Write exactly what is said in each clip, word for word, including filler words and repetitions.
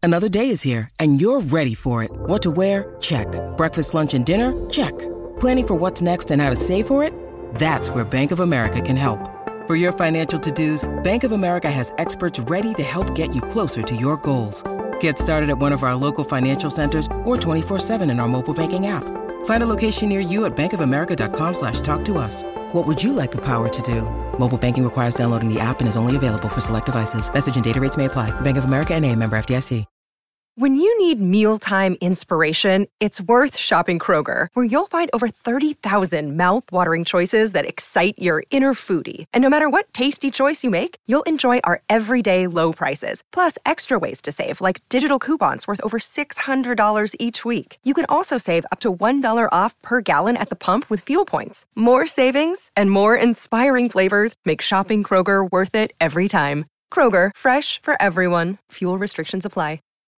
Another day is here, and you're ready for it. What to wear? Check. Breakfast, lunch, and dinner? Check. Planning for what's next and how to save for it? That's where Bank of America can help. For your financial to-dos, Bank of America has experts ready to help get you closer to your goals. Get started at one of our local financial centers or twenty-four seven in our mobile banking app. Find a location near you at bankofamerica.com slash talk to us. What would you like the power to do? Mobile banking requires downloading the app and is only available for select devices. Message and data rates may apply. Bank of America N A, member F D I C. When you need mealtime inspiration, it's worth shopping Kroger, where you'll find over thirty thousand mouth-watering choices that excite your inner foodie. And no matter what tasty choice you make, you'll enjoy our everyday low prices, plus extra ways to save, like digital coupons worth over six hundred dollars each week. You can also save up to one dollar off per gallon at the pump with fuel points. More savings and more inspiring flavors make shopping Kroger worth it every time. Kroger, fresh for everyone. Fuel restrictions apply.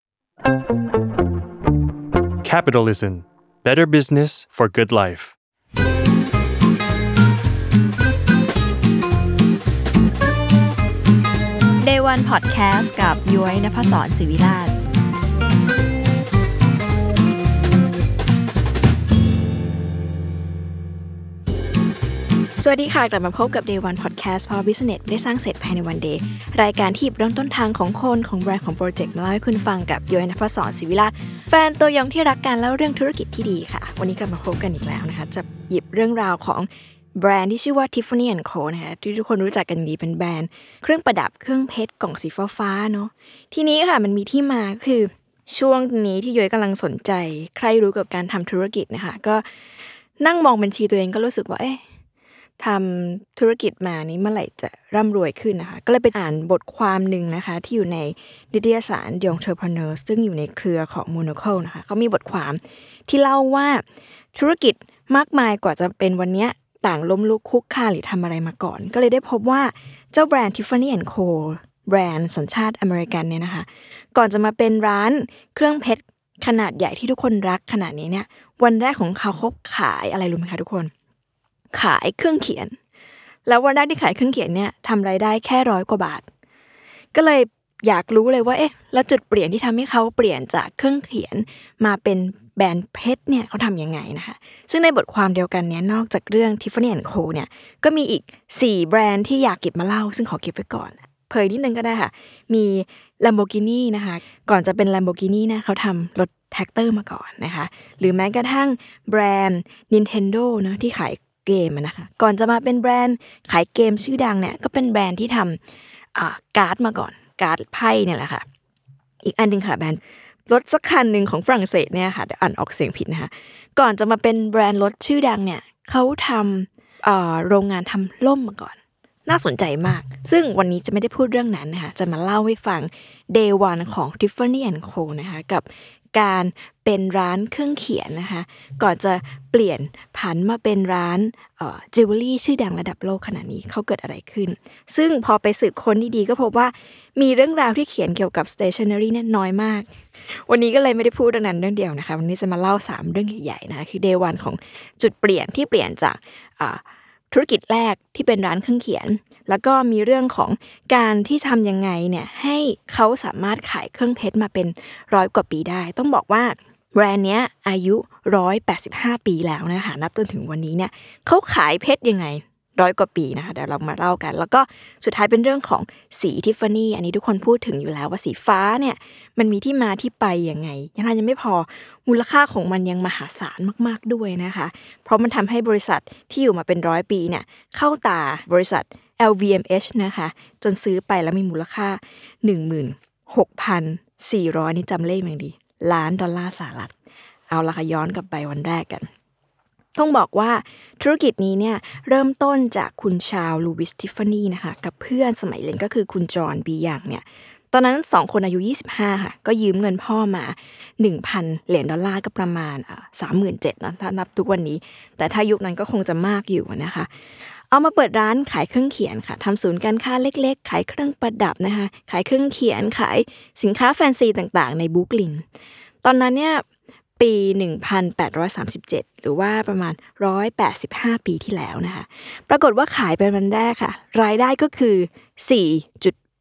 Capitalism. Better business for good life. Day วัน Podcast กับย้อยณภศร ศิวิราชสวัสดีค่ะกลับมาพบกับ Day วัน Podcast เพราะ Business ไม่ได้สร้างเสร็จภายในวัน Day รายการที่เริ่มต้นทางของคนของแบรนด์ของโปรเจกต์มาเล่าให้คุณฟังกับย้อยณภศร ศิวิราชแฟนตัวยงที่รักการเล่าเรื่องธุรกิจที่ดีค่ะวันนี้กลับมาพบกันอีกแล้วนะคะจะหยิบเรื่องราวของแบรนด์ที่ชื่อว่า Tiffany แอนด์ Co นะคะที่ทุกคนรู้จักกันดีเป็นแบรนด์เครื่องประดับเครื่องเพชรกล่องสีฟ้าๆเนาะทีนี้ค่ะมันมีที่มาคือช่วงนี้ที่ย้อยกำลังสนใจใครรู้กับการทำธุรกิจนะคะก็นั่งมองบัญชีตัวเองก็รู้สึกว่าเอ๊ะทำธุรกิจมานี้เมื่อไหร่จะร่ำรวยขึ้นนะคะก็เลยไปอ่านบทความหนึ่งนะคะที่อยู่ในนิตยสาร The Entrepreneur ซึ่งอยู่ในเครือของ Monocle นะคะเขามีบทความที่เล่าว่าธุรกิจมากมายกว่าจะเป็นวันนี้ต่างล้มลุกคลุกคลานหรือทำอะไรมาก่อนก็เลยได้พบว่าเจ้าแบรนด์ Tiffany แอนด์ Co แบรนด์สัญชาติอเมริกันเนี่ยนะคะก่อนจะมาเป็นร้านเครื่องเพชรขนาดใหญ่ที่ทุกคนรักขนาดนี้เนี่ยวันแรกของเขาเขาขายอะไรรู้ไหมคะทุกคนขายเครื่องเขียนแล้ววันแรกที่ขายเครื่องเขียนเนี่ยทำรายได้แค่ร้อยกว่าบาทก็เลยอยากรู้เลยว่าเอ๊ะแล้วจุดเปลี่ยนที่ทำให้เขาเปลี่ยนจากเครื่องเขียนมาเป็นแบรนด์เพชรเนี่ยเขาทำยังไงนะคะซึ่งในบทความเดียวกันเนี้ยนอกจากเรื่อง Tiffany แอนด์ Co เนี่ยก็มีอีกสี่แบรนด์ที่อยากเก็บมาเล่าซึ่งขอเก็บไว้ก่อนเผยนิดนึงก็ได้ค่ะมี Lamborghini นะคะก่อนจะเป็น Lamborghini นะเขาทำรถแท็กเตอร์มาก่อนนะคะหรือแม้กระทั่งแบรนด์ Nintendo เนาะที่ขายเกมนะคะก่อนจะมาเป็นแบรนด์ขายเกมชื่อดังเนี่ยก็เป็นแบรนด์ที่ทำอ่าการ์ดมาก่อนการ์ดไพ่เนี่ยแหละค่ะอีกอันนึงค่ะแบรนด์รถสักคันนึงของฝรั่งเศสเนี่ยค่ะเดี๋ยวอ่านออกเสียงผิดนะคะก่อนจะมาเป็นแบรนด์รถชื่อดังเนี่ยเขาทำอ่าโรงงานทำล่มมาก่อนน่าสนใจมากซึ่งวันนี้จะไม่ได้พูดเรื่องนั้นนะคะจะมาเล่าให้ฟัง Day วัน ของ Tiffany แอนด์ Co นะคะกับการเป็นร้านเครื่องเขียนนะคะก่อนจะเปลี่ยนผันมาเป็นร้านเอ่อจิวเวลรี่ชื่อดังระดับโลกขนาดนี้เขาเกิดอะไรขึ้นซึ่งพอไปสืบค้นดีๆก็พบว่ามีเรื่องราวที่เขียนเกี่ยวกับ stationery เนี่ยน้อยมากวันนี้ก็เลยไม่ได้พูดเรื่องนั้นเรื่องเดียวนะคะวันนี้จะมาเล่าสามเรื่องใหญ่ๆนะคะคือ Day วัน ของจุดเปลี่ยนที่เปลี่ยนจากอ่าธุรกิจแรกที่เป็นร้านเครื่องเขียนแล้วก็มีเรื่องของการที่ทำยังไงเนี่ยให้เขาสามารถขายเครื่องเพชรมาเป็นร้อยกว่าปีได้ต้องบอกว่าแบรนด์เนี้ยอายุหนึ่งร้อยแปดสิบห้าปีแล้วนะคะนับจนถึงวันนี้เนี่ยเขาขายเพชรยังไงร้อยกว่าปีนะคะเดี๋ยวเรามาเล่ากันแล้วก็สุดท้ายเป็นเรื่องของสีทิฟฟานี่อันนี้ทุกคนพูดถึงอยู่แล้วว่าสีฟ้าเนี่ยมันมีที่มาที่ไปยังไงยังไงยังไม่พอมูลค่าของมันยังมหาศาลมากๆด้วยนะคะเพราะมันทำให้บริษัทที่อยู่มาเป็นร้อยปีเนี่ยเข้าตาบริษัท แอล วี เอ็ม เอช นะคะจนซื้อไปแล้วมีมูลค่า หนึ่งหมื่นหกพันสี่ร้อย นี่จำเลขมันดีล้านดอลลาร์สหรัฐเอาละค่ะย้อนกลับไปวันแรกกันต้องบอกว่าธุรกิจนี้เนี่ยเริ่มต้นจากคุณชาร์ลส์ลูวิสทิฟฟานี่นะคะกับเพื่อนสมัยเรียนก็คือคุณจอห์นบียังเนี่ยตอนนั้นสองคนอายุยี่สิบห้าค่ะก็ยืมเงินพ่อมา หนึ่งพัน เหรียญดอลลาร์ก็ประมาณอ่า สามหมื่นเจ็ดพัน นะถ้านับทุกวันนี้แต่ถ้ายุคนั้นก็คงจะมากอยู่นะคะเอามาเปิดร้านขายเครื่องเขียนค่ะทำศูนย์การค้าเล็กๆขายเครื่องประดับนะคะขายเครื่องเขียนขายสินค้าแฟนซีต่างๆในบรุกลินตอนนั้นเนี่ยปีหนึ่งพันแปดร้อยสามสิบเจ็ดหรือว่าประมาณหนึ่งร้อยแปดสิบห้าปีที่แล้วนะคะปรากฏว่าขายเป็นวันแรกค่ะรายได้ก็คือ สี่จุด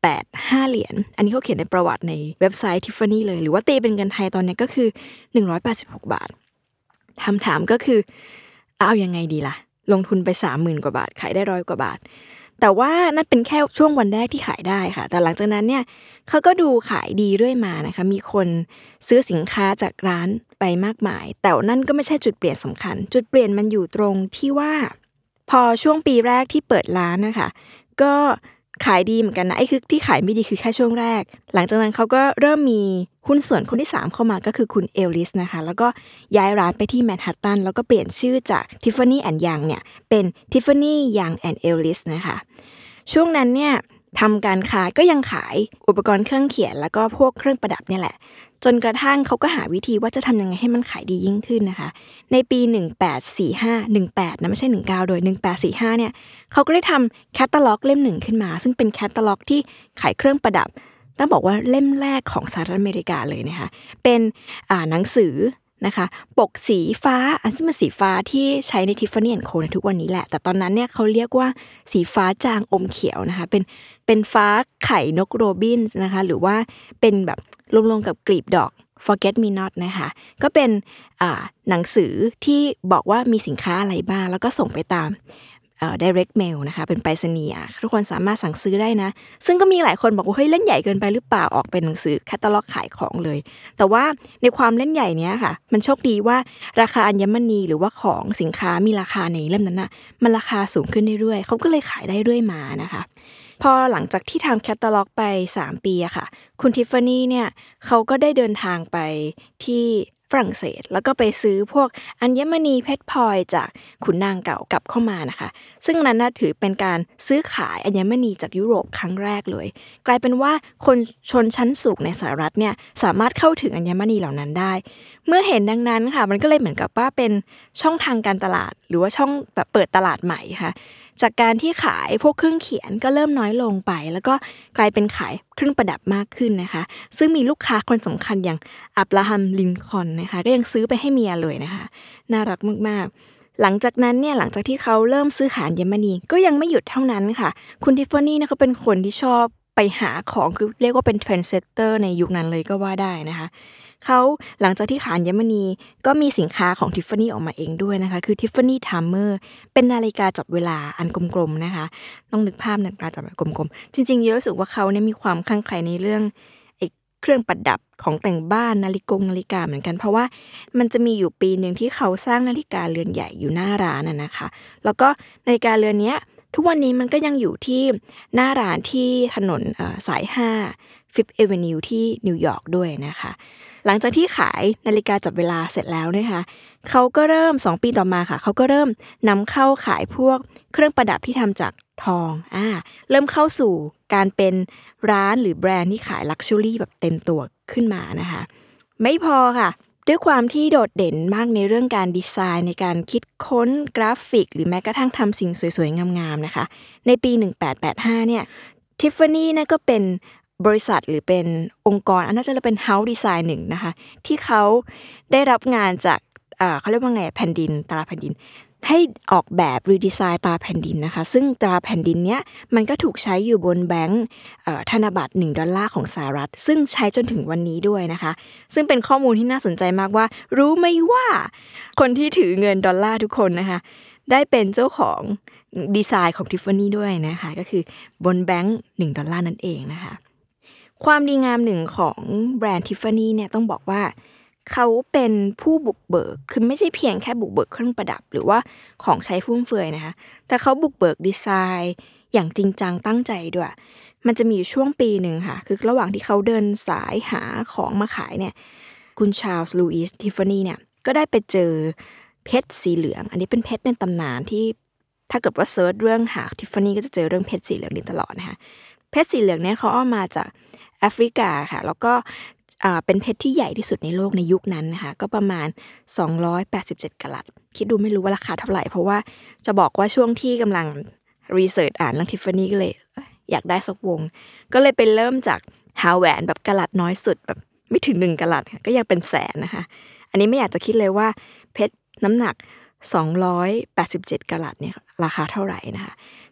แปด ห้าเหรียญอันนี้เขาเขียนในประวัติในเว็บไซต์ Tiffany เลยหรือว่าตีเป็นเงินไทยตอนนี้ก็คือหนึ่งร้อยแปดสิบหกบาทคำถามก็คือเอายังไงดีล่ะลงทุนไป สามหมื่น กว่าบาทขายได้ร้อยกว่าบาทแต่ว่านั่นเป็นแค่ช่วงวันแรกที่ขายได้ค่ะแต่หลังจากนั้นเนี่ยเขาก็ดูขายดีเรื่อยมานะคะมีคนซื้อสินค้าจากร้านไปมากมายแต่นั่นก็ไม่ใช่จุดเปลี่ยนสำคัญจุดเปลี่ยนมันอยู่ตรงที่ว่าพอช่วงปีแรกที่เปิดร้านนะคะก็ขายดีเหมือนกันนะไอ้คือที่ขายไม่ดีคือแค่ช่วงแรกหลังจากนั้นเขาก็เริ่มมีหุ้นส่วนคนที่สามเข้ามาก็คือคุณเอลลิสนะคะแล้วก็ย้ายร้านไปที่แมนฮัตตันแล้วก็เปลี่ยนชื่อจาก Tiffany แอนด์ Young เนี่ยเป็น Tiffany Young แอนด์ Ellis นะคะช่วงนั้นเนี่ยทำการขายก็ยังขายอุปกรณ์เครื่องเขียนแล้วก็พวกเครื่องประดับเนี่ยแหละจนกระทั่งเขาก็หาวิธีว่าจะทำยังไงให้มันขายดียิ่งขึ้นนะคะในปีหนึ่งพันแปดร้อยสี่สิบห้า สิบแปดนะไม่ใช่สิบเก้าโดยหนึ่งพันแปดร้อยสี่สิบห้าเนี่ยเขาก็ได้ทำแคตตาล็อกเล่มหนึ่งขึ้นมาซึ่งเป็นแคตตาล็อกที่ขายเครื่องประดับต้องบอกว่าเล่มแรกของสหรัฐอเมริกาเลยนะคะเป็นอ่าหนังสือนะคะปกสีฟ้าอันที่มันสีฟ้าที่ใช้ใน Tiffany แอนด์ Co ในทุกวันนี้แหละแต่ตอนนั้นเนี่ยเขาเรียกว่าสีฟ้าจางอมเขียวนะคะเป็นเป็นฟ้าไข่นกโรบินส์นะคะหรือว่าเป็นแบบลงๆกับกลีบดอก Forget Me Not นะคะก็เป็นอ่าหนังสือที่บอกว่ามีสินค้าอะไรบ้างแล้วก็ส่งไปตามเอ่อ direct mail นะคะเป็นไปรษณีย์ทุกคนสามารถสั่งซื้อได้นะซึ่งก็มีหลายคนบอกว่าเฮ้ยเล่นใหญ่เกินไปหรือเปล่าออกเป็นหนังสือแคตตาล็อกขายของเลยแต่ว่าในความเล่นใหญ่เนี้ยค่ะมันโชคดีว่าราคาอัญมณีหรือว่าของสินค้ามีราคาในเล่มนั้นน่ะมันราคาสูงขึ้นเรื่อยๆเขาก็เลยขายได้เรื่อยมานะคะพอหลังจากที่ทำแคตตาล็อกไปสามปีอะค่ะคุณทิฟฟานี่เนี่ยเขาก็ได้เดินทางไปที่ฝรั่งเศสแล้วก็ไปซื้อพวกอัญมณีเพชรพลอยจากขุนนางเก่ากลับเข้ามานะคะซึ่งนั้นน่ะถือเป็นการซื้อขายอัญมณีจากยุโรปครั้งแรกเลยกลายเป็นว่าคนชนชั้นสูงในสหรัฐเนี่ยสามารถเข้าถึงอัญมณีเหล่านั้นได้เมื่อเห็นดังนั้นค่ะมันก็เลยเหมือนกับว่าเป็นช่องทางการตลาดหรือว่าช่องแบบเปิดตลาดใหม่ค่ะจากการที่ขายพวกเครื่องเขียนก็เริ่มน้อยลงไปแล้วก็กลายเป็นขายเครื่องประดับมากขึ้นนะคะซึ่งมีลูกค้าคนสำคัญอย่างอับราฮัมลินคอล์นนะคะก็ยังซื้อไปให้เมียเลยนะคะน่ารักมากๆหลังจากนั้นเนี่ยหลังจากที่เขาเริ่มซื้อขายอัญมณีก็ยังไม่หยุดเท่านั้นค่ะคุณทิฟฟานี่เนี่ยเขาเป็นคนที่ชอบไปหาของคือเรียกว่าเป็นเทรนด์เซตเตอร์ในยุคนั้นเลยก็ว่าได้นะคะเขาหลังจากที่ขายอัญมณีก็มีสินค้าของ Tiffany ออกมาเองด้วยนะคะคือ Tiffany Timer เป็นนาฬิกาจับเวลาอันกลมๆนะคะต้องนึกภาพนาฬิกาจับแบบกลมๆจริงๆเยอะรู้สึกว่าเขาเนี่ยมีความคลั่งไคล้ในเรื่องไอ้เครื่องประดับของแต่งบ้านนาฬิกานาฬิกาเหมือนกันเพราะว่ามันจะมีอยู่ปีนึงที่เขาสร้างนาฬิกาเรือนใหญ่อยู่หน้าร้านน่ะนะคะแล้วก็นาฬิกาเรือนเนี้ยทุกวันนี้มันก็ยังอยู่ที่หน้าร้านที่ถนนเอ่อสายห้า Fifth Avenue ที่นิวยอร์กด้วยนะคะหลังจากที่ขายนาฬิกาจับเวลาเสร็จแล้วนะคะเขาก็เริ่มสองปีต่อมาค่ะเขาก็เริ่มนำเข้าขายพวกเครื่องประดับที่ทำจากทองอ่าเริ่มเข้าสู่การเป็นร้านหรือแบรนด์ที่ขายลักชัวรี่แบบเต็มตัวขึ้นมานะคะไม่พอค่ะด้วยความที่โดดเด่นมากในเรื่องการดีไซน์ในการคิดค้นกราฟิกหรือแม้กระทั่งทำสิ่งสวยๆงามๆนะคะในปีหนึ่งพันแปดร้อยแปดสิบห้าเนี่ย Tiffany น่ะก็เป็นบริษัทหรือเป็นองค์กรอันน่าจะเป็น House Design หนึ่งนะคะที่เขาได้รับงานจากเอ่อเขาเรียกว่าไงแผ่นดินตราแผ่นดินให้ออกแบบรีดีไซน์ตราแผ่นดินนะคะซึ่งตราแผ่นดินเนี้ยมันก็ถูกใช้อยู่บนแบงก์เอ่อธนบัตรหนึ่งดอลลาร์ของสหรัฐซึ่งใช้จนถึงวันนี้ด้วยนะคะซึ่งเป็นข้อมูลที่น่าสนใจมากว่ารู้ไหมว่าคนที่ถือเงินดอลลาร์ทุกคนนะคะได้เป็นเจ้าของดีไซน์ของ Tiffany ด้วยนะคะก็คือบนแบงก์หนึ่งดอลลาร์นั่นเองนะคะความดีงามหนึ่งของแบรนด์ Tiffany เนี่ยต้องบอกว่าเขาเป็นผู้บุกเบิกคือไม่ใช่เพียงแค่บุกเบิกเครื่องประดับหรือว่าของใช้ฟุ่มเฟือยนะคะแต่เขาบุกเบิกดีไซน์อย่างจริงจังตั้งใจด้วยมันจะมีอยู่ช่วงปีหนึ่งค่ะคือระหว่างที่เขาเดินสายหาของมาขายเนี่ยคุณชาร์ลส์ลูอิสทิฟฟานี่เนี่ยก็ได้ไปเจอเพชรสีเหลืองอันนี้เป็นเพชรในตำนานที่ถ้าเกิดว่าเซิร์ชเรื่องหาทิฟฟานี่ก็จะเจอเรื่องเพชรสีเหลืองนี้ตลอดนะคะเพชรสีเหลืองเนี่ยเขาเอามาจากแอฟริกาค่ะแล้วก็อ่าเป็นเพชรที่ใหญ่ที่สุดในโลกในยุคนั้นนะคะก็ประมาณสองร้อยแปดสิบเจ็ดกะรัตคิดดูไม่รู้ว่าราคาเท่าไหร่เพราะว่าจะบอกว่าช่วงที่กำลังรีเสิร์ชอ่านเรื่องทิฟฟานี่ก็เลยอยากได้สักวงก็เลยไปเริ่มจากหาแหวนแบบกะรัตน้อยสุดแบบไม่ถึงหนึ่งกะรัตก็ยังเป็นแสนนะคะอันนี้ไม่อยากจะคิดเลยว่าเพชรน้ำหนักสองร้อยแปดสิบเจ็ดกะรัตเนี่ยราคาเท่าไหร่นะคะ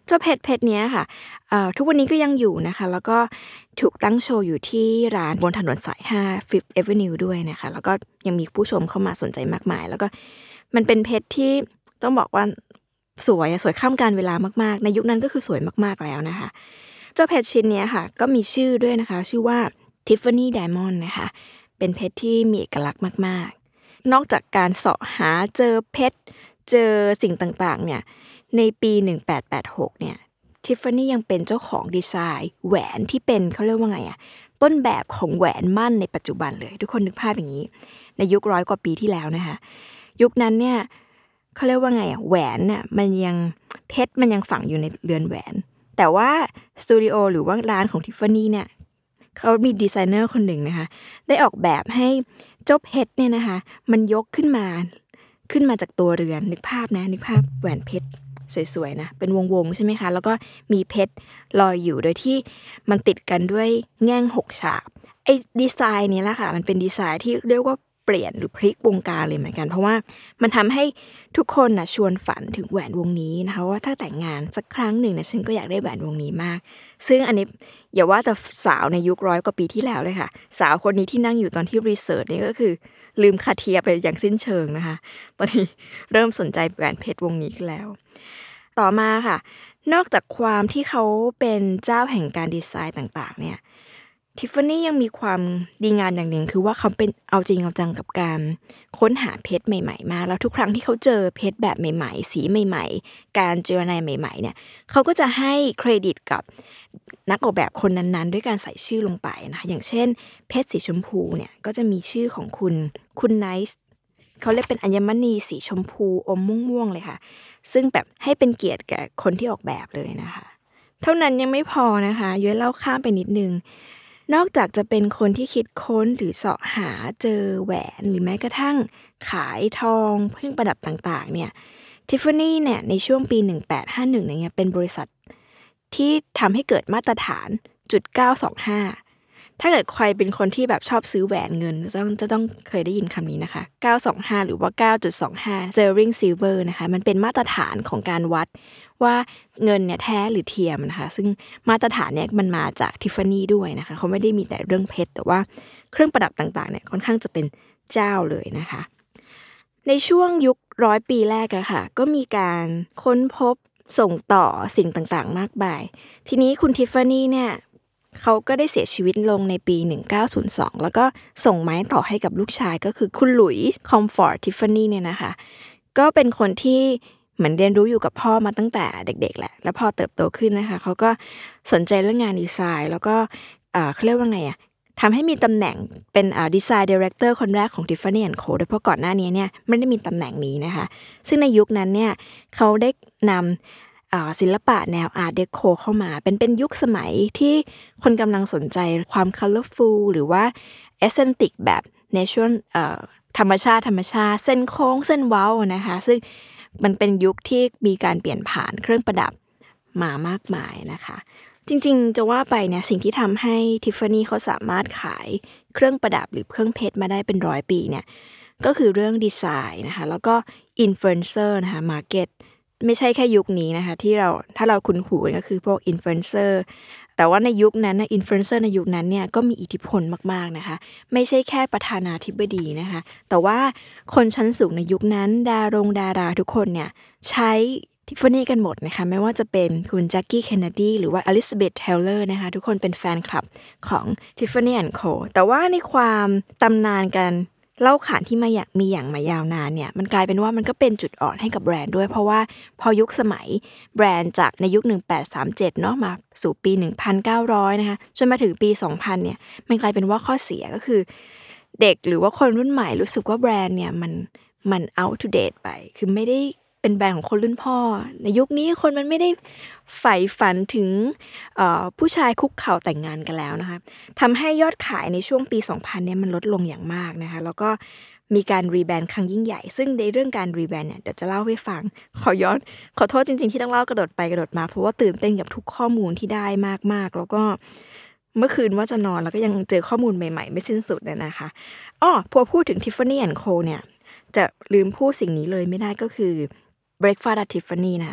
เจ้าเพชรเพชรเนี้ยค่ะเอ่อทุกวันนี้ก็ยังอยู่นะคะแล้วก็ถูกตั้งโชว์อยู่ที่ร้านบนถนนสายห้า Fifth Avenue ด้วยนะคะแล้วก็ยังมีผู้ชมเข้ามาสนใจมากมายแล้วก็มันเป็นเพชรที่ต้องบอกว่าสวยสวยข้ามกาลเวลามากๆในยุคนั้นก็คือสวยมากๆแล้วนะคะเจ้าเพชรชิ้นนี้ค่ะก็มีชื่อด้วยนะคะชื่อว่า Tiffany Diamond นะคะเป็นเพชรที่มีเอกลักษณ์มากๆนอกจากการเสาะหาเจอเพชรเจอสิ่งต่างๆเนี่ยในปีหนึ่งพันแปดร้อยแปดสิบหกเนี่ย Tiffany ยังเป็นเจ้าของดีไซน์แหวนที่เป็นเขาเรียกว่าไงอ่ะต้นแบบของแหวนมั่นในปัจจุบันเลยทุกคนนึกภาพอย่างนี้ในยุคร้อยกว่าปีที่แล้วนะคะยุคนั้นเนี่ยเขาเรียกว่าไงอ่ะแหวนน่ะมันยังเพชรมันยังฝังอยู่ในเรือนแหวนแต่ว่าสตูดิโอหรือว่าร้านของ Tiffany เนี่ยเขามีดีไซเนอร์คนหนึ่งนะคะได้ออกแบบให้เจ้าเพชรเนี่ยนะคะมันยกขึ้นมาขึ้นมาจากตัวเรือนนึกภาพนะนึกภาพแหวนเพชรสวยๆนะเป็นวงๆใช่ไหมคะแล้วก็มีเพชรลอยอยู่โดยที่มันติดกันด้วยแง่งหกฉากไอ้ดีไซน์นี้แหละค่ะมันเป็นดีไซน์ที่เรียกว่าเปลี่ยนหรือพลิกวงการเลยเหมือนกันเพราะว่ามันทำให้ทุกคนนะชวนฝันถึงแหวนวงนี้นะคะว่าถ้าแต่งงานสักครั้งหนึ่งนะฉันก็อยากได้แหวนวงนี้มากซึ่งอันนี้อย่าว่าแต่สาวในยุคร้อยกว่าปีที่แล้วเลยค่ะสาวคนนี้ที่นั่งอยู่ตอนที่รีเสิร์ชนี่ก็คือลืมคาเทียไปอย่างสิ้นเชิงนะคะตอนนี้เริ่มสนใจแหวนเพชรวงนี้ขึ้นแล้วต่อมาค่ะนอกจากความที่เขาเป็นเจ้าแห่งการดีไซน์ต่างๆเนี่ยTiffany ยังมีความดีงามอย่างหนึ่งคือว่าเขาเป็นเอาจริงเอาจังกับการค้นหาเพชรใหม่ๆมาแล้วทุกครั้งที่เขาเจอเพชรแบบใหม่ๆสีใหม่ๆการเจรไนใหม่ๆเนี่ยเขาก็จะให้เครดิตกับนักออกแบบคนนั้นๆด้วยการใส่ชื่อลงไปนะอย่างเช่นเพชรสีชมพูเนี่ยก็จะมีชื่อของคุณคุณไนซ์เขาเรียกเป็นอัญมณีสีชมพูอมม่วงๆเลยค่ะซึ่งแบบให้เป็นเกียรติแก่คนที่ออกแบบเลยนะคะเท่านั้นยังไม่พอนะคะย้อยเล่าข้ามไปนิดนึงนอกจากจะเป็นคนที่คิดค้นหรือเสาะหาเจอแหวนหรือแม้กระทั่งขายทองเครื่องประดับต่างๆเนี่ย Tiffany เนี่ยในช่วงปีหนึ่งพันแปดร้อยห้าสิบเอ็ดเนี่ยเป็นบริษัทที่ทำให้เกิดมาตรฐาน จุดเก้าสองห้า ถ้าเกิดใครเป็นคนที่แบบชอบซื้อแหวนเงินจะต้องจะต้องเคยได้ยินคำนี้นะคะเก้าสองห้าหรือว่า เก้าจุดสองห้า Sterling Silver นะคะมันเป็นมาตรฐานของการวัดว่าเงินเนี่ยแท้หรือเทียมนะคะซึ่งมาตรฐานเนี่ยมันมาจาก Tiffany ด้วยนะคะเขาไม่ได้มีแต่เรื่องเพชรแต่ว่าเครื่องประดับต่างๆเนี่ยค่อนข้างจะเป็นเจ้าเลยนะคะในช่วงยุคร้อยปีแรกอะค่ะก็มีการค้นพบส่งต่อสิ่งต่างๆมากมายทีนี้คุณ Tiffany เนี่ยเขาก็ได้เสียชีวิตลงในปีหนึ่งพันเก้าร้อยสองแล้วก็ส่งไม้ต่อให้กับลูกชายก็คือคุณหลุยส์คอมฟอร์ต Tiffany เนี่ยนะคะก็เป็นคนที่เหมือนเรียนรู้อยู่กับพ่อมาตั้งแต่เด็กๆแหละแล้วพอเติบโตขึ้นนะคะเขาก็สนใจเรื่องงานดีไซน์แล้วก็เอ่อเขาเรียกว่าไงอ่ะทำให้มีตำแหน่งเป็นเอ่อดีไซน์ดีเรคเตอร์คนแรกของ Tiffany แอนด์ Co โดยเพราะก่อนหน้านี้เนี่ยไม่ได้มีตำแหน่งนี้นะคะซึ่งในยุคนั้นเนี่ยเขาได้นำศิลปะแนวอาร์ตเดโคเข้ามาเป็นเป็นยุคสมัยที่คนกำลังสนใจความคัลเลอร์ฟูลหรือว่าเอสเซนติกแบบเนเชอรัลเอ่อธรรมชาติธรรมชาติเส้นโค้งเส้นเว้านะคะซึ่งมันเป็นยุคที่มีการเปลี่ยนผ่านเครื่องประดับมามากมายนะคะจริงๆจะว่าไปเนี่ยสิ่งที่ทำให้ Tiffany เขาสามารถขายเครื่องประดับหรือเครื่องเพชรมาได้เป็นร้อยปีเนี่ยก็คือเรื่องดีไซน์นะคะแล้วก็อินฟลูเอนเซอร์นะคะมาร์เก็ตไม่ใช่แค่ยุคนี้นะคะที่เราถ้าเราคุ้นหูก็คือพวกอินฟลูเอนเซอร์แต่ว่าในยุคนั้นนะอินฟลูเอนเซอร์ในยุคนั้นเนี่ยก็มีอิทธิพลมากๆนะคะไม่ใช่แค่ประธานาธิบดีนะคะแต่ว่าคนชั้นสูงในยุคนั้นดารงดาราทุกคนเนี่ยใช้Tiffany กันหมดนะคะไม่ว่าจะเป็นคุณแจ็คกี้เคนเนดีหรือว่าอลิซาเบธเทเลอร์นะคะทุกคนเป็นแฟนคลับของ Tiffany แอนด์ Co แต่ว่าในความตำนานกันเล่าขานที่มาอย่างมีอย่างมายาวนานเนี่ยมันกลายเป็นว่ามันก็เป็นจุดอ่อนให้กับแบรนด์ด้วยเพราะว่าพอยุคสมัยแบรนด์จากในยุคหนึ่งพันแปดร้อยสามสิบเจ็ดเนาะมาสู่ปีหนึ่งพันเก้าร้อยนะคะจนมาถึงปีสองพันเนี่ยมันกลายเป็นว่าข้อเสียก็คือเด็กหรือว่าคนรุ่นใหม่รู้สึกว่าแบรนด์เนี่ยมันมัน out to date ไปคือไม่ได้เป็นแบรนด์ของคนรุ่นพ่อในยุคนี้คนมันไม่ได้ใฝ่ฝันถึงผู้ชายคุกเข่าแต่งงานกันแล้วนะคะทำให้ยอดขายในช่วงปีสองพันเนี่ยมันลดลงอย่างมากนะคะแล้วก็มีการรีแบรนด์ครั้งยิ่งใหญ่ซึ่งในเรื่องการรีแบรนด์เนี่ยเดี๋ยวจะเล่าให้ฟังขอย้อนขอโทษจริงๆที่ต้องเล่ากระโดดไปกระโดดมาเพราะว่าตื่นเต้นกับทุกข้อมูลที่ได้มากๆแล้วก็เมื่อคืนว่าจะนอนแล้วก็ยังเจอข้อมูลใหม่ๆไม่สิ้นสุดเลยนะคะอ้อพอพูดถึง Tiffany แอนด์ Co เนี่ยจะลืมพูดสิ่งนี้เลยไม่ได้ก็คือBreakfast at Tiffany นะ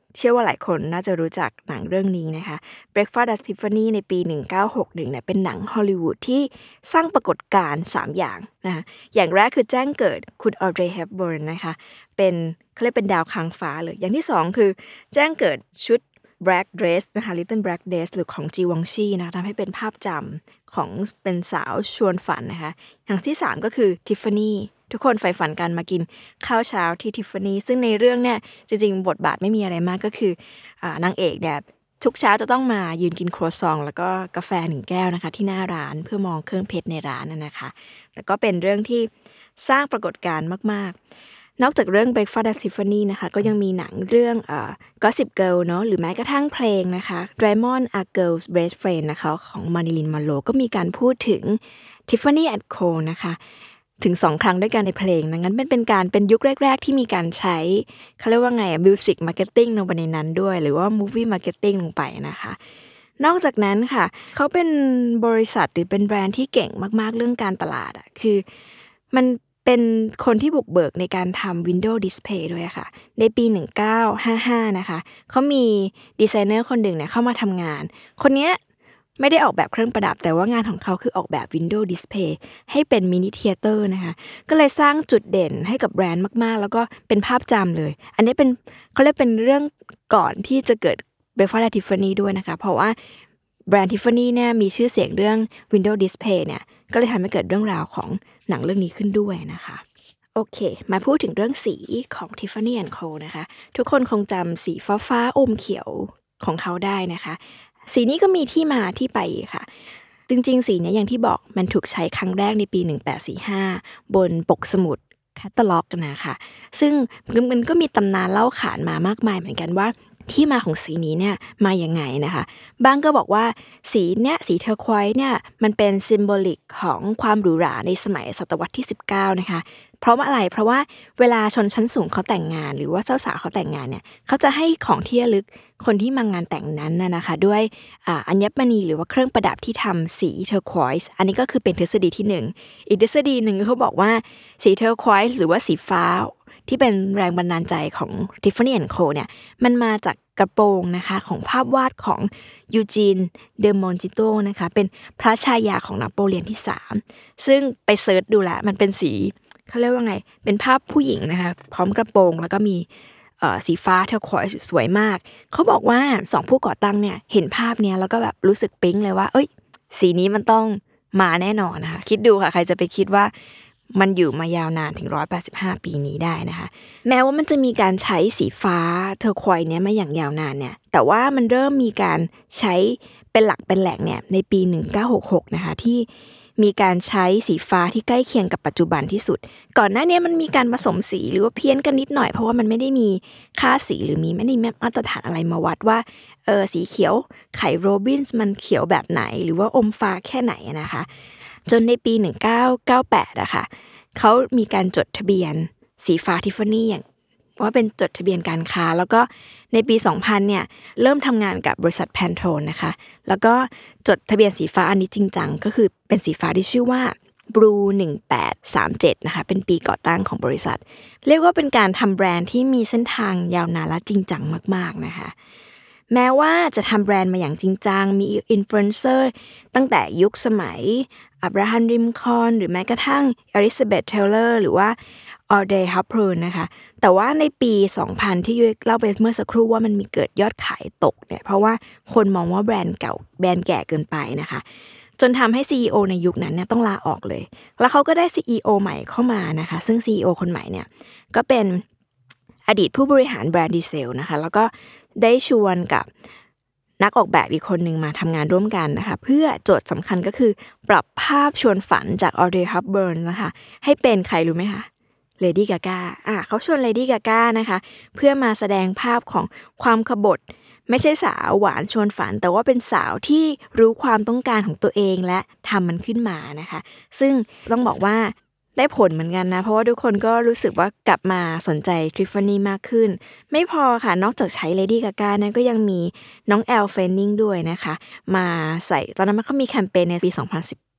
เชื่อว่าหลายคนน่าจะรู้จักหนังเรื่องนี้นะคะ Breakfast at Tiffany ในปีหนึ่งเก้าหกหนึ่งเนี่ยเป็นหนังฮอลลีวูดที่สร้างปรากฏการณ์สามอย่างนะคะอย่างแรกคือแจ้งเกิดคุณออเดรย์ เฮปเบิร์นนะคะเป็นเขาเรียกเป็นดาวค้างฟ้าเลยอย่างที่สองคือแจ้งเกิดชุด Black Dress นะคะ Little Black Dress หรือของจีวองชีนะคะทำให้เป็นภาพจำของเป็นสาวชวนฝันนะคะอย่างที่สามก็คือ Tiffanyทุกคนใฝ่ฝันกันมากินข้าวเช้าที่ทิฟฟานี่ซึ่งในเรื่องเนี่ยจริงๆบทบาทไม่มีอะไรมากก็คืออ่านางเอกเนี่ยทุกเช้าจะต้องมายืนกินครัวซองแล้วก็กาแฟหนึ่งแก้วนะคะที่หน้าร้านเพื่อมองเครื่องเพชรในร้านน่ะนะคะแต่ก็เป็นเรื่องที่สร้างปรากฏการณ์มากๆนอกจากเรื่อง Breakfast at Tiffany นะคะก็ยังมีหนังเรื่องเอ่อ Gossip Girl เนาะหรือแม้กระทั่งเพลงนะคะ Diamond a Girl's Best Friend นะคะของ Marilyn Monroe ก็มีการพูดถึง Tiffany and Co นะคะถึงสองครั้งด้วยกันในเพลงนั้นเป็นเป็นการเป็นยุคแรกๆที่มีการใช้เขาเรียกว่าไงอ่ะ Music Marketing ลงไปในนั้นด้วยหรือว่า Movie Marketing ลงไปนะคะนอกจากนั้นค่ะเขาเป็นบริษัทหรือเป็นแบรนด์ที่เก่งมากๆเรื่องการตลาดอ่ะคือมันเป็นคนที่บุกเบิกในการทำ Windows Display ด้วยค่ะในปีหนึ่งเก้าห้าห้านะคะเขามีดีไซเนอร์คนหนึ่งเนี่ยเข้ามาทำงานคนเนี้ยไม่ได้ออกแบบเครื่องประดับแต่ว่างานของเขาคือออกแบบ Windows Display ให้เป็นมินิเธียเตอร์นะคะก็เลยสร้างจุดเด่นให้กับแบรนด์มากๆแล้วก็เป็นภาพจำเลยอันนี้เป็นเขาเรียกเป็นเรื่องก่อนที่จะเกิด Breakfast at Tiffany ด้วยนะคะเพราะว่าแบรนด์ Tiffany เนี่ยมีชื่อเสียงเรื่อง Windows Display เนี่ยก็เลยทำให้เกิดเรื่องราวของหนังเรื่องนี้ขึ้นด้วยนะคะโอเคมาพูดถึงเรื่องสีของ Tiffany and Co นะคะทุกคนคงจำสีฟ้าๆอมเขียวของเขาได้นะคะสีนี้ก็มีที่มาที่ไปค่ะจริงๆสีนี้อย่างที่บอกมันถูกใช้ครั้งแรกในปีหนึ่งแปดสี่ห้าบนปกสมุดแคตตาล็อกนะคะซึ่งมันก็มีตำนานเล่าขานมามากมายเหมือนกันว่าที่มาของสีนี้เนี่ยมาอย่างไงนะคะบางก็บอกว่าสีเนี้ยสีเทอร์ควอยซ์เนี่ยมันเป็นซิมโบลิกของความหรูหราในสมัยศตวรรษที่สิบเก้านะคะเพราะว่าอะไรเพราะว่าเวลาชนชั้นสูงเขาแต่งงานหรือว่าเจ้าสาวเขาแต่งงานเนี่ยเขาจะให้ของที่ระลึกคนที่มางานแต่งนั้นน่ะนะคะด้วยอ่าอัญมณีหรือว่าเครื่องประดับที่ทำสีเทอร์ควอยซ์อันนี้ก็คือเป็นทฤษฎีที่หนึ่งอีกทฤษฎีหนึ่งเขาบอกว่าสีเทอร์ควอยซ์หรือว่าสีฟ้าที่เป็นแรงบันดาลใจของ Tiffany and Co เนี่ยมันมาจากกระโปรงนะคะของภาพวาดของยูจีนเดอมอนจิโตนะคะเป็นพระชายาของนโปเลียนที่สามซึ่งไปเสิร์ชดูแลมันเป็นสีเขาเรียกว่าไงเป็นภาพผู้หญิงนะคะพร้อมกระโปรงแล้วก็มีเอ่อสีฟ้าเทอร์ควอยซ์สวยมากเขาบอกว่าสองผู้ก่อตั้งเนี่ยเห็นภาพเนี้ยแล้วก็แบบรู้สึกปิ๊งเลยว่าเอ้ยสีนี้มันต้องมาแน่นอนนะคะคิดดูค่ะใครจะไปคิดว่ามันอยู่มายาวนานถึงหนึ่งร้อยแปดสิบห้าปีนี้ได้นะคะแม้ว่ามันจะมีการใช้สีฟ้าเทอร์ควอยซ์เนี้ยมาอย่างยาวนานเนี่ยแต่ว่ามันเริ่มมีการใช้เป็นหลักเป็นแหล่งเนี่ยในปีหนึ่งเก้าหกหกนะคะที่มีการใช้สีฟ้าที่ใกล้เคียงกับปัจจุบันที่สุดก่อนหน้านี้มันมีการผสมสีหรือว่าเพี้ยนกันนิดหน่อยเพราะว่ามันไม่ได้มีค่าสีหรือมีไม่ได้มาตรฐานอะไรมาวัดว่าเออสีเขียวไข่โรบินส์มันเขียวแบบไหนหรือว่าอมฟ้าแค่ไหนนะคะจนในปีหนึ่งเก้าเก้าแปดอะค่ะเขามีการจดทะเบียนสีฟ้าทิฟฟานี่อย่างว่าเป็นจดทะเบียนการค้าแล้วก็ในปีสองพันเนี่ยเริ่มทำงานกับบริษัทแพนโทนนะคะแล้วก็จดทะเบียนสีฟ้าอันนี้จริงจังก็คือเป็นสีฟ้าที่ชื่อว่า Blue หนึ่งแปดสามเจ็ดนะคะเป็นปีก่อตั้งของบริษัทเรียกว่าเป็นการทำแบรนด์ที่มีเส้นทางยาวนานและจริงจังมากๆนะคะแม้ว่าจะทำแบรนด์มาอย่างจริงจังมีอินฟลูเอนเซอร์ตั้งแต่ยุคสมัยอับราฮัมลินคอล์นหรือแม้กระทั่งอลิซาเบธเทเลอร์หรือว่าออเดย์ฮับเพิร์นนะคะแต่ว่าในปีสองพันที่ยุ้ยเล่าไปเมื่อสักครู่ว่ามันมีเกิดยอดขายตกเนี่ยเพราะว่าคนมองว่าแบรนด์เก่าแบรนด์แก่เกินไปนะคะจนทำให้ ซี อี โอ ในยุคนั้นเนี่ยต้องลาออกเลยแล้วเขาก็ได้ ซี อี โอ ใหม่เข้ามานะคะซึ่ง ซี อี โอ คนใหม่เนี่ยก็เป็นอดีตผู้บริหารแบรนด์ดีเซลนะคะแล้วก็ได้ชวนกับนักออกแบบอีกคนหนึ่งมาทำงานร่วมกันนะคะเพื่อโจทย์สำคัญก็คือปรับภาพชวนฝันจากออเดย์ฮับเบิร์นนะคะให้เป็นใครรู้ไหมคะเลดี้กาก้าอ่ะเขาชวนเลดี้กาก้านะคะเพื่อมาแสดงภาพของความขบถไม่ใช่สาวหวานชวนฝันแต่ว่าเป็นสาวที่รู้ความต้องการของตัวเองและทำมันขึ้นมานะคะซึ่งต้องบอกว่าได้ผลเหมือนกันนะเพราะว่าทุกคนก็รู้สึกว่ากลับมาสนใจทริฟฟานี่มากขึ้นไม่พอค่ะนอกจากใช้เลดี้กาก้านะก็ยังมีน้องแอลเฟนนิงด้วยนะคะมาใส่ตอนนั้นมันเขามีแคมเปญในปีสองพันสิบ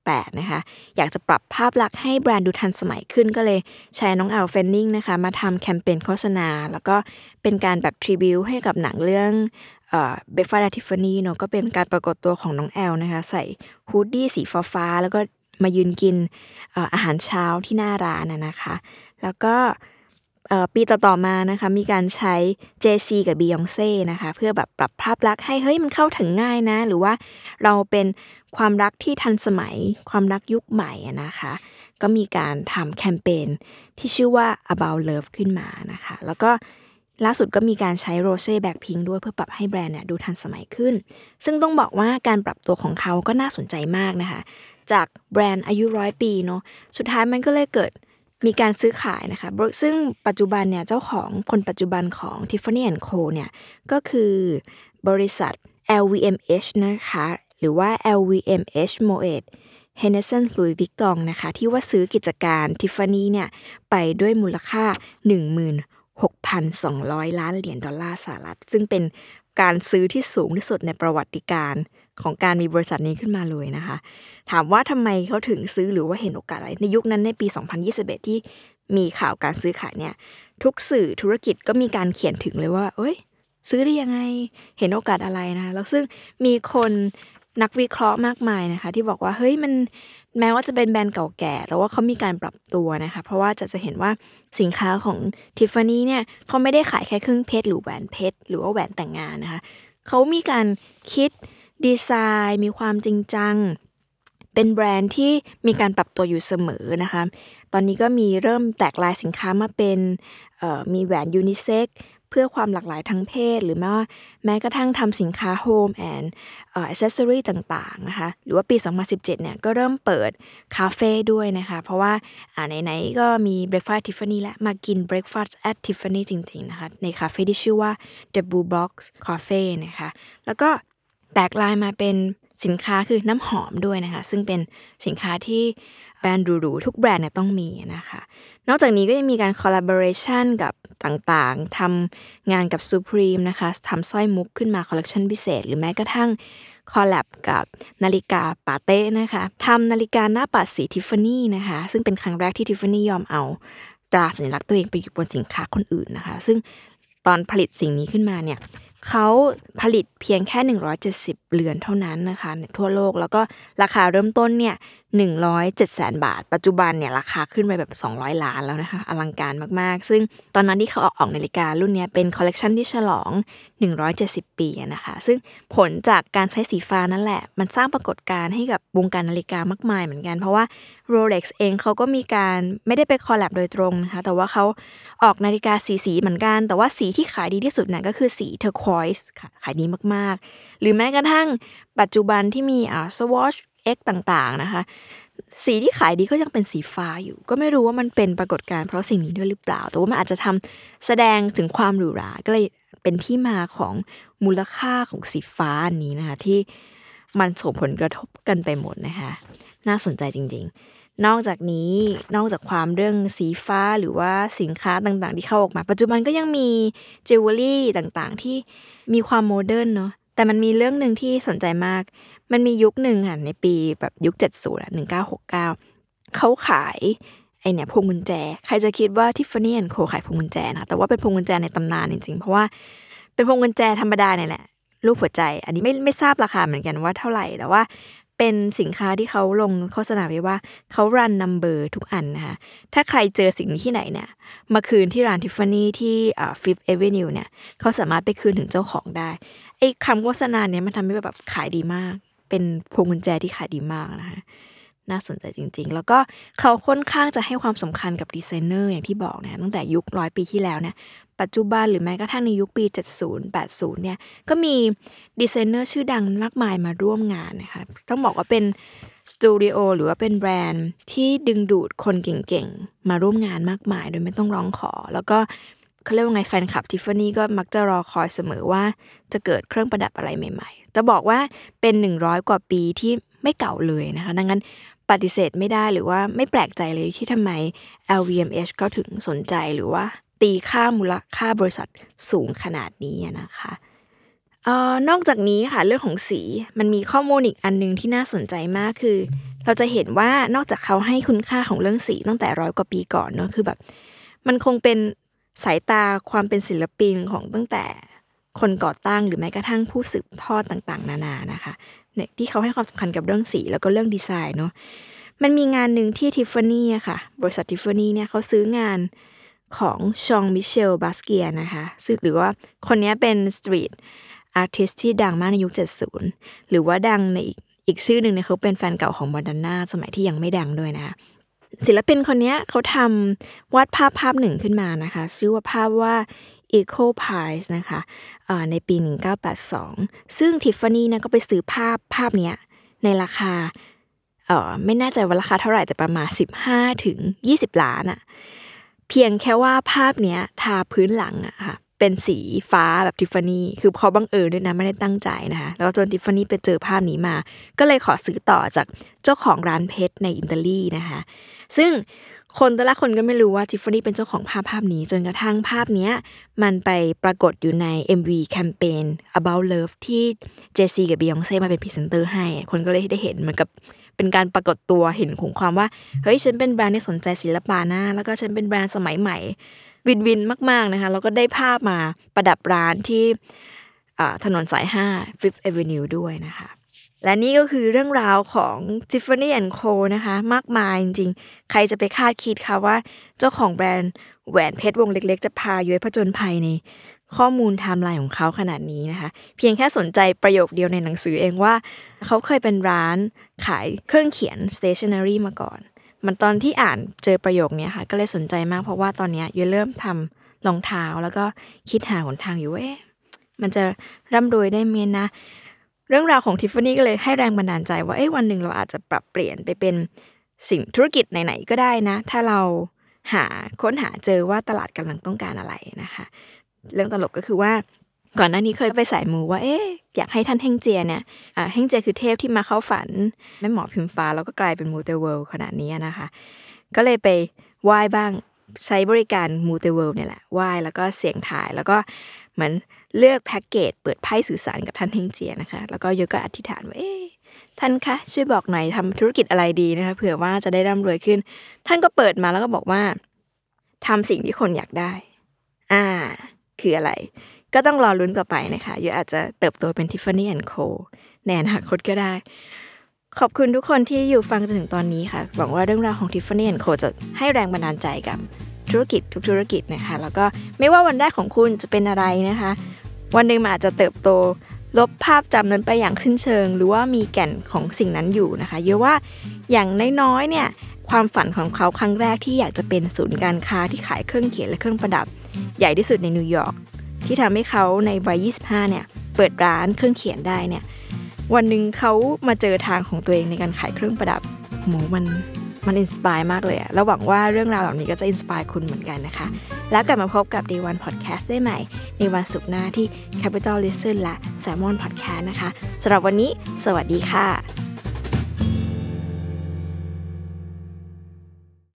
แปดนะคะอยากจะปรับภาพลักษณ์ให้แบรนด์ดูทันสมัยขึ้นก็เลยใช้น้องแอลเฟนนิงนะคะมาทำแคมเปญโฆษณาแล้วก็เป็นการแบบทริบิวต์ให้กับหนังเรื่องเอ่อ Breakfast at Tiffany เนาะก็เป็นการปรากฏตัวของน้องแอลนะคะใส่ฮูดดี้สีฟ้าๆแล้วก็มายืนกินเอ่ออาหารเช้าที่หน้าร้านน่ะนะคะแล้วก็เอ่อปีต่อๆมานะคะมีการใช้ เจ ซี กับ Beyoncé นะคะเพื่อแบบปรับภาพลักษณ์ให้เฮ้ยมันเข้าถึงง่ายนะหรือว่าเราเป็นความรักที่ทันสมัยความรักยุคใหม่อะนะคะก็มีการทำแคมเปญที่ชื่อว่า About Love ขึ้นมานะคะแล้วก็ล่าสุดก็มีการใช้ Rosé Blackpink ด้วยเพื่อปรับให้แบรนด์เนี่ยดูทันสมัยขึ้นซึ่งต้องบอกว่าการปรับตัวของเขาก็น่าสนใจมากนะคะจากแบรนด์อายุร้อยปีเนาะสุดท้ายมันก็เลยเกิดมีการซื้อขายนะคะซึ่งปัจจุบันเนี่ยเจ้าของคนปัจจุบันของ Tiffany แอนด์ Co เนี่ยก็คือบริษัท แอล วี เอ็ม เอช นะคะหรือว่า แอล วี เอ็ม เอช Moet Hennessy Louis Vuitton นะคะที่ว่าซื้อกิจการ Tiffany เนี่ยไปด้วยมูลค่า หนึ่งหมื่นหกพันสองร้อย ล้านเหรียญดอลลาร์สหรัฐซึ่งเป็นการซื้อที่สูงที่สุดในประวัติการของการมีบริษัทนี้ขึ้นมาเลยนะคะถามว่าทำไมเขาถึงซื้อหรือว่าเห็นโอกาสอะไรในยุคนั้นในปีสองพันยี่สิบเอ็ดที่มีข่าวการซื้อขายเนี่ยทุกสื่อธุรกิจก็มีการเขียนถึงเลยว่าเอ้ยซื้อได้ยังไงเห็นโอกาสอะไรนะแล้วซึ่งมีคนนักวิเคราะห์มากมายนะคะที่บอกว่าเฮ้ยมันแม้ว่าจะเป็นแบรนด์เก่าแก่แต่ว่าเขามีการปรับตัวนะคะเพราะว่าจะจะเห็นว่าสินค้าของ Tiffany เนี่ยเขาไม่ได้ขายแค่เครื่องเพชรหรือแหวนเพชรหรือว่าแหวนแต่งงานนะคะเขามีการคิดดีไซน์มีความจริงจังเป็นแบรนด์ที่มีการปรับตัวอยู่เสมอนะคะตอนนี้ก็มีเริ่มแตกลายสินค้ามาเป็นเอ่อมีแหวนยูนิเซ็กเพื่อความหลากหลายทางเพศหรือแม้ว่าแม้กระทั่งทำสินค้า Home and เอ่อ Accessory ต่างๆนะคะหรือว่าปีสองพันสิบเจ็ดเนี่ยก็เริ่มเปิดคาเฟ่ด้วยนะคะเพราะว่าอ่าไหนๆก็มี Breakfast at Tiffany และมากิน Breakfast at Tiffany จริงๆนะคะในคาเฟ่ที่ชื่อว่า The Blue Box Cafe นะคะแล้วก็แตกลายมาเป็นสินค้าคือน้ำหอมด้วยนะคะซึ่งเป็นสินค้าที่แบรนด์หรูๆทุกแบรนด์เนี่ยต้องมีนะคะนอกจากนี้ก็ยังมีการ collaboration กับต่างๆทำงานกับ Supreme นะคะทำสร้อยมุกขึ้นมาคอลเลคชันพิเศษหรือแม้กระทั่งคอลแลบกับนาฬิกาปาเต้นะคะทำนาฬิกาหน้าปัดสี Tiffany นะคะซึ่งเป็นครั้งแรกที่ Tiffany ยอมเอาตราสัญลักษณ์ตัวเองไปอยู่บนสินค้าคนอื่นนะคะซึ่งตอนผลิตสิ่งนี้ขึ้นมาเนี่ยเขาผลิตเพียงแค่หนึ่งร้อยเจ็ดสิบเรือนเท่านั้นนะคะในทั่วโลกแล้วก็ราคาเริ่มต้นเนี่ยหนึ่งร้อยเจ็ดแสนบาทปัจจุบันเนี่ยราคาขึ้นไปแบบสองร้อยล้านแล้วนะคะอลังการมากๆซึ่งตอนนั้นที่เขาออกออกนาฬิการุ่นนี้เป็นคอลเลคชันที่ฉลองหนึ่งร้อยเจ็ดสิบปีนะคะซึ่งผลจากการใช้สีฟ้านั่นแหละมันสร้างปรากฏการณ์ให้กับวงการนาฬิกามากมายเหมือนกันเพราะว่า Rolex เองเขาก็มีการไม่ได้ไปคอลแลบโดยตรงนะคะแต่ว่าเขาออกนาฬิกาสีสีเหมือนกันแต่ว่าสีที่ขายดีที่สุดน่ะก็คือสีเทอร์ควอยซ์ขายดีมากๆหรือแม้กระทั่งปัจจุบันที่มีอ่า Swatch X ต่างๆนะคะสีที่ขายดีก็ยังเป็นสีฟ้าอยู่ก็ไม่รู้ว่ามันเป็นปรากฏการณ์เพราะสิ่งนี้ด้วยหรือเปล่าแต่ว่ามันอาจจะทำแสดงถึงความหรูหราก็เลยเป็นที่มาของมูลค่าของสีฟ้าอันนี้นะคะที่มันส่งผลกระทบกันไปหมดนะคะน่าสนใจจริงๆนอกจากนี้นอกจากความเรื่องสีฟ้าหรือว่าสินค้าต่างๆที่เข้าออกมาปัจจุบันก็ยังมีจิวเวลรี่ต่างๆที่มีความโมเดิร์นเนาะแต่มันมีเรื่องนึงที่สนใจมากมันมียุคหนึ่งค่ะในปีแบบยุคเจ็ดสิบอ่ะหนึ่งพันเก้าร้อยหกสิบเก้าเขาขายไอเนี่ยพวงกุญแจใครจะคิดว่า Tiffany แอนด์ Co ขายพวงกุญแจนะแต่ว่าเป็นพวงกุญแจในตำนานจริงๆเพราะว่าเป็นพวงกุญแจธรรมดาเนี่ยแหละรูปหัวใจอันนี้ไม่ไม่ทราบราคาเหมือนกันว่าเท่าไหร่แต่ว่าเป็นสินค้าที่เขาลงโฆษณาไว้ว่าเขารันนัมเบอร์ทุกอันนะคะถ้าใครเจอสิ่งนี้ที่ไหนเนี่ยมาคืนที่ร้าน Tiffany ที่อ่า Fifth Avenue เนี่ยเขาสามารถไปคืนถึงเจ้าของได้ไอ้คำโฆษณาเนี่ยมันทำให้แบบขายดีมากเป็นพวงกุญแจที่ขายดีมากนะคะน่าสนใจจริงๆแล้วก็เขาค่อนข้างจะให้ความสำคัญกับดีไซเนอร์อย่างที่บอกนะตั้งแต่ยุคร้อยปีที่แล้วเนี่ยปัจจุบันหรือแม้กระทั่งในยุคปีเจ็ดสิบ แปดสิบเนี่ยก็มีดีไซเนอร์ชื่อดังมากมายมาร่วมงานนะคะต้องบอกว่าเป็นสตูดิโอหรือว่าเป็นแบรนด์ที่ดึงดูดคนเก่งๆมาร่วมงานมากมายโดยไม่ต้องร้องขอแล้วก็เขาเรียกว่าไงแฟนคลับ Tiffany ก็มักจะรอคอยเสมอว่าจะเกิดเครื่องประดับอะไรใหม่ๆจะบอกว่าเป็นหนึ่งร้อยกว่าปีที่ไม่เก่าเลยนะคะดังนั้นปฏิเสธไม่ได้หรือว่าไม่แปลกใจเลยที่ทำไม แอล วี เอ็ม เอช ก็ถึงสนใจหรือว่าตีค่ามูลค่าบริษัทสูงขนาดนี้นะคะเอ่อนอกจากนี้ค่ะเรื่องของสีมันมีข้อมูลอีกอันนึงที่น่าสนใจมากคือเราจะเห็นว่านอกจากเขาให้คุณค่าของเรื่องสีตั้งแต่ร้อยกว่าปีก่อนเนอะคือแบบมันคงเป็นสายตาความเป็นศิลปินของตั้งแต่คนก่อตั้งหรือแม้กระทั่งผู้สืบทอดต่างๆนานานะคะเนี่ยที่เขาให้ความสำคัญกับเรื่องสีแล้วก็เรื่องดีไซน์เนอะมันมีงานหนึ่งที่ Tiffany อะค่ะบริษัท Tiffany เนี่ยเขาซื้องานของชองมิเชลบาสเกียนะคะซึ่งหรือว่าคนนี้เป็นสตรีทอาร์ติสต์ที่ดังมากในยุคเจ็ดสิบหรือว่าดังในอีกอีกชื่อหนึ่งเนี่ยเขาเป็นแฟนเก่าของมาดอนน่าสมัยที่ยังไม่ดังด้วยนะศิลปินคนนี้เขาทำวาดภาพภาพหนึ่งขึ้นมานะคะชื่อว่าภาพว่า Echo Pies นะคะในปีหนึ่งพันเก้าร้อยแปดสิบสองซึ่ง Tiffany เนี่ยก็ไปซื้อภาพภาพนี้ในราคาเอ่อไม่แน่ใจว่าราคาเท่าไหร่แต่ประมาณสิบห้าถึงยี่สิบล้านอ่ะเพียงแค่ว่าภาพเนี้ยทาพื้นหลังอะค่ะเป็นสีฟ้าแบบทิฟฟานี่คือเขาบังเอิญด้วยนะไม่ได้ตั้งใจนะคะแล้วจนทิฟฟานี่ไปเจอภาพนี้มาก็เลยขอซื้อต่อจากเจ้าของร้านเพชรในอิตาลีนะคะซึ่งคนแต่ละคนก็ไม่รู้ว่าทิฟฟานี่เป็นเจ้าของภาพภาพนี้จนกระทั่งภาพนี้มันไปปรากฏอยู่ใน เอ็ม วี แคมเปญ About Love ที่เจซีกับ Beyonce มาเป็นพรีเซนเตอร์ให้คนก็เลยได้เห็นเหมือนกับเป็นการปรากฏตัวเห็นของความว่าเฮ้ยฉันเป็นแบรนด์ที่สนใจศิลปะนะแล้วก็ฉันเป็นแบรนด์สมัยใหม่วินวินมากๆนะคะแล้วก็ได้ภาพมาประดับร้านที่ถนนสายห้า Fifth Avenue ด้วยนะคะและนี่ก็คือเรื่องราวของ Tiffany แอนด์ Co นะคะมากมายจริงๆใครจะไปคาดคิดค่ะว่าเจ้าของแบรนด์แหวนเพชรวงเล็กๆจะพาย้อยผจญภัยในข้อมูลไทม์ไลน์ของเขาขนาดนี้นะคะเพียงแค่สนใจประโยคเดียวในหนังสือเองว่าเขาเคยเป็นร้านขายเครื่องเขียน stationery มาก่อนมันตอนที่อ่านเจอประโยคนี้ค่ะก็เลยสนใจมากเพราะว่าตอนนี้ย้อยเริ่มทำรองเท้าแล้วก็คิดหาหนทางอยู่ว่ามันจะร่ำรวยได้ไหมนะเรื่องราวของ Tiffany ก็เลยให้แรงบันดาลใจว่าเอ้ยวันหนึ่งเราอาจจะปรับเปลี่ยนไปเป็นสิ่งธุรกิจไหนๆก็ได้นะถ้าเราหาค้นหาเจอว่าตลาดกำลังต้องการอะไรนะคะเรื่องตลกก็คือว่าก่อนหน้านี้เคยไปสายมูว่าเอ๊ะอยากให้ท่านเฮงเจียเนี่ยอ่าเฮงเจียคือเทพที่มาเข้าฝันแม่หมอพิมฟ้าแล้วก็กลายเป็นมูเตเวิลด์ขนาดนี้นะคะก็เลยไปไหว้บ้างใช้บริการมูเตเวิลด์เนี่ยแหละไหว้แล้วก็เสี่ยงทายแล้วก็เหมือนเลือกแพ็กเกจเปิดไพ่สื่อสารกับท่านเฮงเจียนะคะแล้วก็โยก็อธิษฐานว่าเอ๊ะท่านคะช่วยบอกหน่อยทำธุรกิจอะไรดีนะคะเผื่อว่าจะได้ร่ำรวยขึ้นท่านก็เปิดมาแล้วก็บอกว่าทำสิ่งที่คนอยากได้อ่าคืออะไรก็ต้องรอลุ้นต่อไปนะคะโยอาจจะเติบโตเป็น Tiffany แอนด์ Co ในอนาคตก็ได้ขอบคุณทุกคนที่อยู่ฟังจนถึงตอนนี้ค่ะหวังว่าเรื่องราวของ Tiffany แอนด์ Co จะให้แรงบันดาลใจกับธุรกิจทุกธุรกิจนะคะแล้วก็ไม่ว่าวันแรกของคุณจะเป็นอะไรนะคะวันหนึ่งมันอาจจะเติบโตลบภาพจำนั้นไปอย่างสิ้นเชิงหรือว่ามีแก่นของสิ่งนั้นอยู่นะคะเยอะว่าอย่างน้อยๆเนี่ยความฝันของเขาครั้งแรกที่อยากจะเป็นศูนย์การค้าที่ขายเครื่องเขียนและเครื่องประดับใหญ่ที่สุดในนิวยอร์กที่ทำให้เขาในวัยยี่สิบห้าเนี่ยเปิดร้านเครื่องเขียนได้เนี่ยวันหนึ่งเขามาเจอทางของตัวเองในการขายเครื่องประดับโหมันมันอินสไปร์มากเลยอะแล้วหวังว่าเรื่องราวเหล่านี้ก็จะอินสไปร์คุณเหมือนกันนะคะแล้วกลับมาพบกับ Day วัน Podcast ได้ใหม่ในวันศุกร์หน้าที่ Capital Listen และ Salmon Podcast นะคะสำหรับวันนี้สวัสดีค่ะ